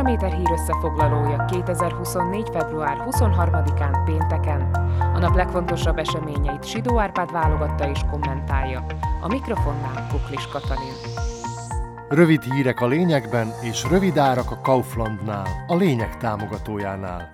Paraméter hír összefoglalója 2024. február 23-án pénteken. A nap legfontosabb eseményeit Sidó Árpád válogatta és kommentálja. A mikrofonnál Kuklis Katalin. Rövid hírek a lényegben és rövid árak a Kauflandnál, a lényeg támogatójánál.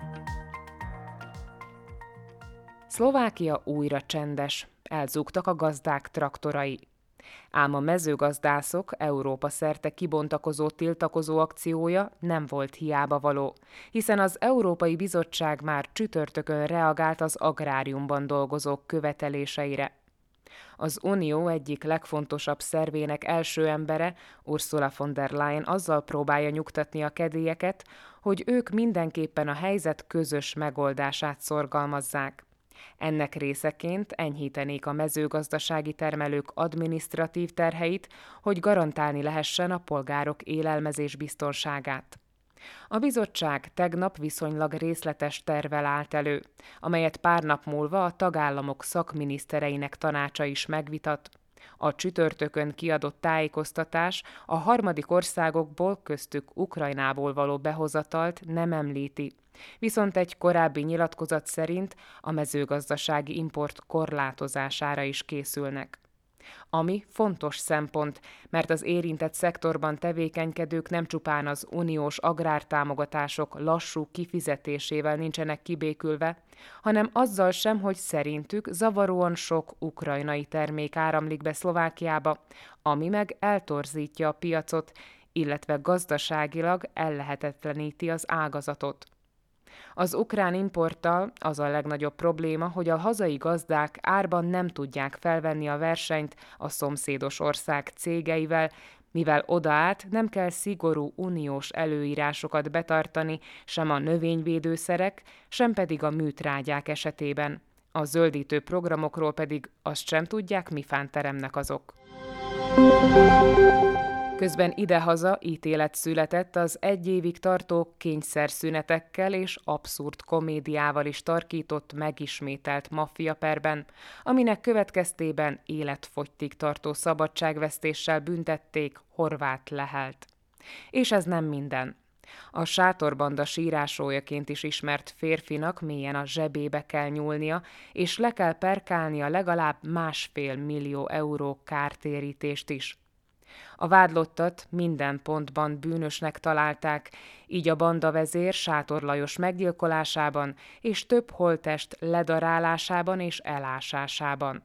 Szlovákia újra csendes. Elzúgtak a gazdák traktorai. Ám a mezőgazdászok Európa szerte kibontakozó tiltakozó akciója nem volt hiábavaló, hiszen az Európai Bizottság már csütörtökön reagált az agráriumban dolgozók követeléseire. Az Unió egyik legfontosabb szervének első embere, Ursula von der Leyen azzal próbálja nyugtatni a kedélyeket, hogy ők mindenképpen a helyzet közös megoldását szorgalmazzák. Ennek részeként enyhítenék a mezőgazdasági termelők adminisztratív terheit, hogy garantálni lehessen a polgárok élelmezés biztonságát. A bizottság tegnap viszonylag részletes tervvel állt elő, amelyet pár nap múlva a tagállamok szakminisztereinek tanácsa is megvitat. A csütörtökön kiadott tájékoztatás a harmadik országokból, köztük Ukrajnából való behozatalt nem említi. Viszont egy korábbi nyilatkozat szerint a mezőgazdasági import korlátozására is készülnek. Ami fontos szempont, mert az érintett szektorban tevékenykedők nem csupán az uniós agrártámogatások lassú kifizetésével nincsenek kibékülve, hanem azzal sem, hogy szerintük zavaróan sok ukrajnai termék áramlik be Szlovákiába, ami meg eltorzítja a piacot, illetve gazdaságilag ellehetetleníti az ágazatot. Az ukrán importtal az a legnagyobb probléma, hogy a hazai gazdák árban nem tudják felvenni a versenyt a szomszédos ország cégeivel, mivel odaát nem kell szigorú uniós előírásokat betartani sem a növényvédőszerek, sem pedig a műtrágyák esetében. A zöldítő programokról pedig azt sem tudják, mifán teremnek azok. Közben idehaza ítélet született az 1 évig tartó kényszerszünetekkel és abszurd komédiával is tarkított megismételt maffiaperben, aminek következtében életfogytig tartó szabadságvesztéssel büntették Horváth Lehelt. És ez nem minden. A sátorbanda sírásójaként is ismert férfinak mélyen a zsebébe kell nyúlnia, és le kell perkálnia legalább 1,5 millió euró kártérítést is. A vádlottat minden pontban bűnösnek találták, így a bandavezér Sátor Lajos meggyilkolásában és több holttest ledarálásában és elásásában.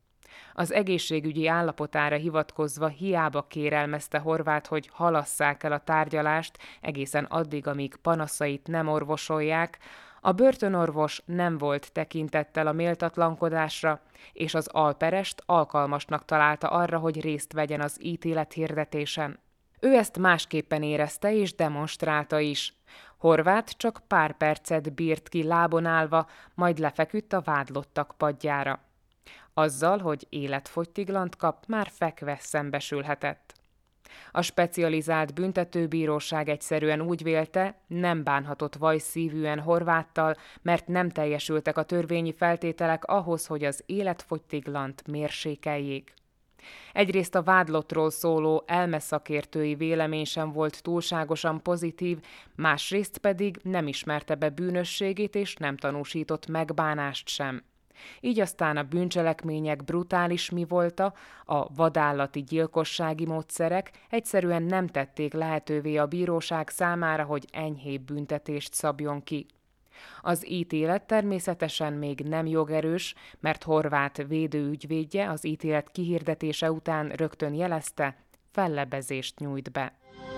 Az egészségügyi állapotára hivatkozva hiába kérelmezte Horváth, hogy halasszák el a tárgyalást egészen addig, amíg panaszait nem orvosolják, a börtönorvos nem volt tekintettel a méltatlankodásra, és az alperest alkalmasnak találta arra, hogy részt vegyen az ítélethirdetésen. Ő ezt másképpen érezte és demonstrálta is. Horváth csak pár percet bírt ki lábon állva, majd lefeküdt a vádlottak padjára. Azzal, hogy életfogytiglant kap, már fekve szembesülhetett. A specializált büntetőbíróság egyszerűen úgy vélte, nem bánhatott vajszívűen Horváthtal, mert nem teljesültek a törvényi feltételek ahhoz, hogy az életfogytiglant mérsékeljék. Egyrészt a vádlottról szóló elmeszakértői vélemény sem volt túlságosan pozitív, másrészt pedig nem ismerte be bűnösségét és nem tanúsított megbánást sem. Így aztán a bűncselekmények brutális mivolta, a vadállati gyilkossági módszerek egyszerűen nem tették lehetővé a bíróság számára, hogy enyhébb büntetést szabjon ki. Az ítélet természetesen még nem jogerős, mert Horváth védőügyvédje az ítélet kihirdetése után rögtön jelezte, fellebbezést nyújt be.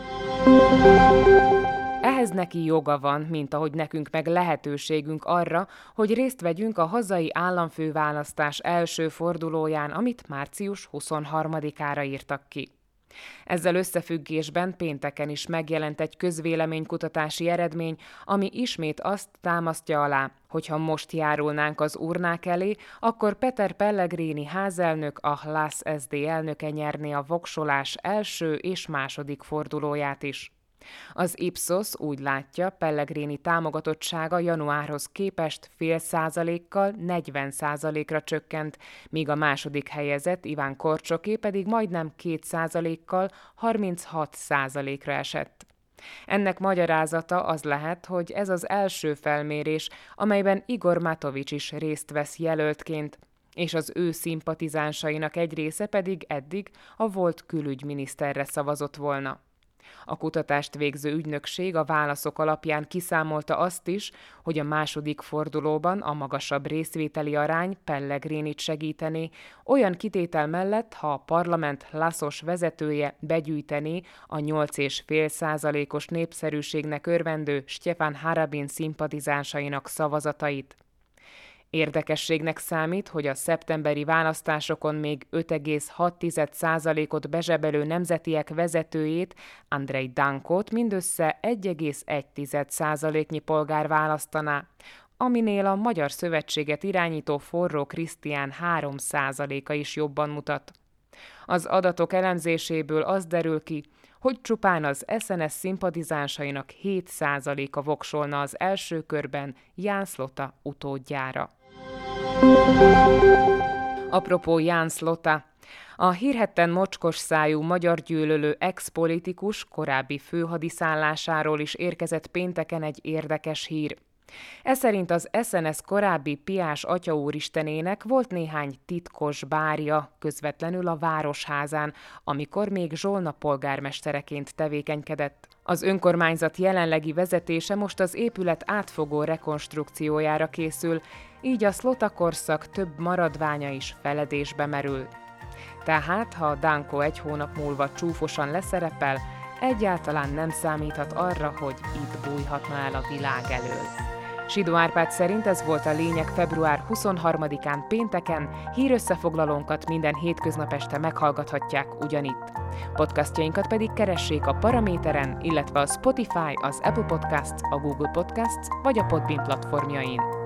Ehhez neki joga van, mint ahogy nekünk meg lehetőségünk arra, hogy részt vegyünk a hazai államfőválasztás első fordulóján, amit március 23-ára írtak ki. Ezzel összefüggésben pénteken is megjelent egy közvéleménykutatási eredmény, ami ismét azt támasztja alá, hogy ha most járulnánk az urnák elé, akkor Peter Pellegrini házelnök, a Hlas SD elnöke nyerné a voksolás első és második fordulóját is. Az Ipsos úgy látja, Pellegrini támogatottsága januárhoz képest 0,5%-kal 40%-ra csökkent, míg a második helyezett Iván Korcsoké pedig majdnem 2%-kal 36%-ra esett. Ennek magyarázata az lehet, hogy ez az első felmérés, amelyben Igor Matovics is részt vesz jelöltként, és az ő szimpatizánsainak egy része pedig eddig a volt külügyminiszterre szavazott volna. A kutatást végző ügynökség a válaszok alapján kiszámolta azt is, hogy a második fordulóban a magasabb részvételi arány Pellegrinit segítené, olyan kitétel mellett, ha a parlament Laszos vezetője begyűjtené a 8,5%-os népszerűségnek örvendő Stefan Harabin szimpatizánsainak szavazatait. Érdekességnek számít, hogy a szeptemberi választásokon még 5,6%-ot bezsebelő nemzetiek vezetőjét, Andrej Dankót mindössze 1,1%-nyi polgár választaná, aminél a Magyar Szövetséget irányító Forró Krisztián 3%-a is jobban mutat. Az adatok elemzéséből az derül ki, hogy csupán az SNS szimpatizánsainak 7%-a voksolna az első körben Ján Slota utódjára. Apropó Ján Slota, a hírhedten mocskos szájú magyar gyűlölő ex-politikus korábbi főhadiszállásáról is érkezett pénteken egy érdekes hír. Eszerint az SNS korábbi Piás atyaúristenének volt néhány titkos bárja közvetlenül a Városházán, amikor még Zsolna polgármestereként tevékenykedett. Az önkormányzat jelenlegi vezetése most az épület átfogó rekonstrukciójára készül, így a Slota korszak több maradványa is feledésbe merül. Tehát, ha Danko egy hónap múlva csúfosan leszerepel, egyáltalán nem számíthat arra, hogy itt bújhatna el a világ elől. Sidó Árpád szerint ez volt a lényeg február 23-án pénteken, hírösszefoglalónkat minden hétköznap este meghallgathatják ugyanitt. Podcastjainkat pedig keressék a Paraméteren, illetve a Spotify, az Apple Podcasts, a Google Podcasts vagy a Podbean platformjain.